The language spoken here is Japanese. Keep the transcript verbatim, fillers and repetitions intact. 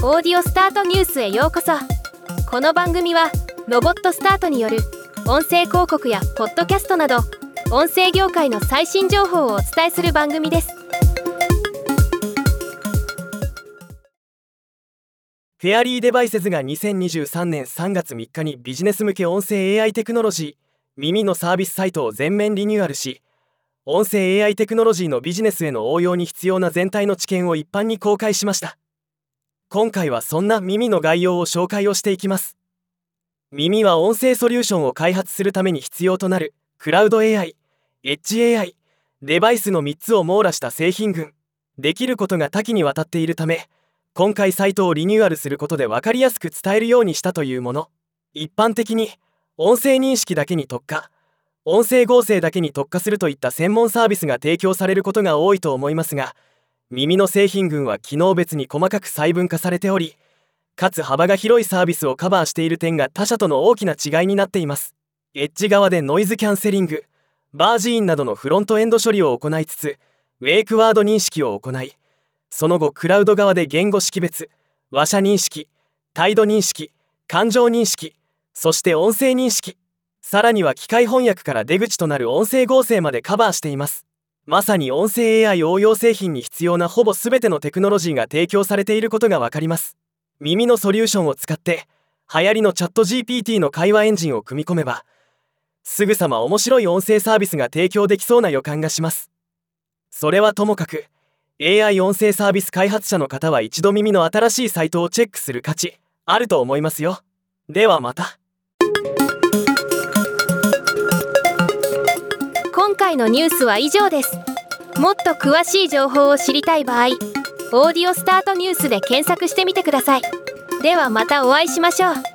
オーディオスタートニュースへようこそ。この番組はロボットスタートによる音声広告やポッドキャストなど音声業界の最新情報をお伝えする番組です。 フェアリーデバイセズがにせんにじゅうさんねんさんがつみっかにビジネス向け音声 エーアイ テクノロジー耳のサービスサイトを全面リニューアルし、音声 エーアイ テクノロジーのビジネスへの応用に必要な全体の知見を一般に公開しました。今回はそんな耳の概要を紹介をしていきます。耳は音声ソリューションを開発するために必要となるクラウド エーアイ、エッジ エーアイ、デバイスのみっつを網羅した製品群。できることが多岐にわたっているため、今回サイトをリニューアルすることで分かりやすく伝えるようにしたというもの。一般的に音声認識だけに特化、音声合成だけに特化するといった専門サービスが提供されることが多いと思いますが、耳の製品群は機能別に細かく細分化されており、かつ幅が広いサービスをカバーしている点が他社との大きな違いになっています。エッジ側でノイズキャンセリング、バージーンなどのフロントエンド処理を行いつつ、ウェイクワード認識を行い、その後クラウド側で言語識別、話者認識、態度認識、感情認識、そして音声認識、さらには機械翻訳から出口となる音声合成までカバーしています。まさに音声 エーアイ 応用製品に必要なほぼ全てのテクノロジーが提供されていることがわかります。耳のソリューションを使って流行りのチャット ジーピーティー の会話エンジンを組み込めば、すぐさま面白い音声サービスが提供できそうな予感がします。それはともかく、エーアイ 音声サービス開発者の方は一度耳の新しいサイトをチェックする価値あると思いますよ。ではまた。 今回のニュースは以上です。もっと詳しい情報を知りたい場合、オーディオスタートニュースで検索してみてください。ではまたお会いしましょう。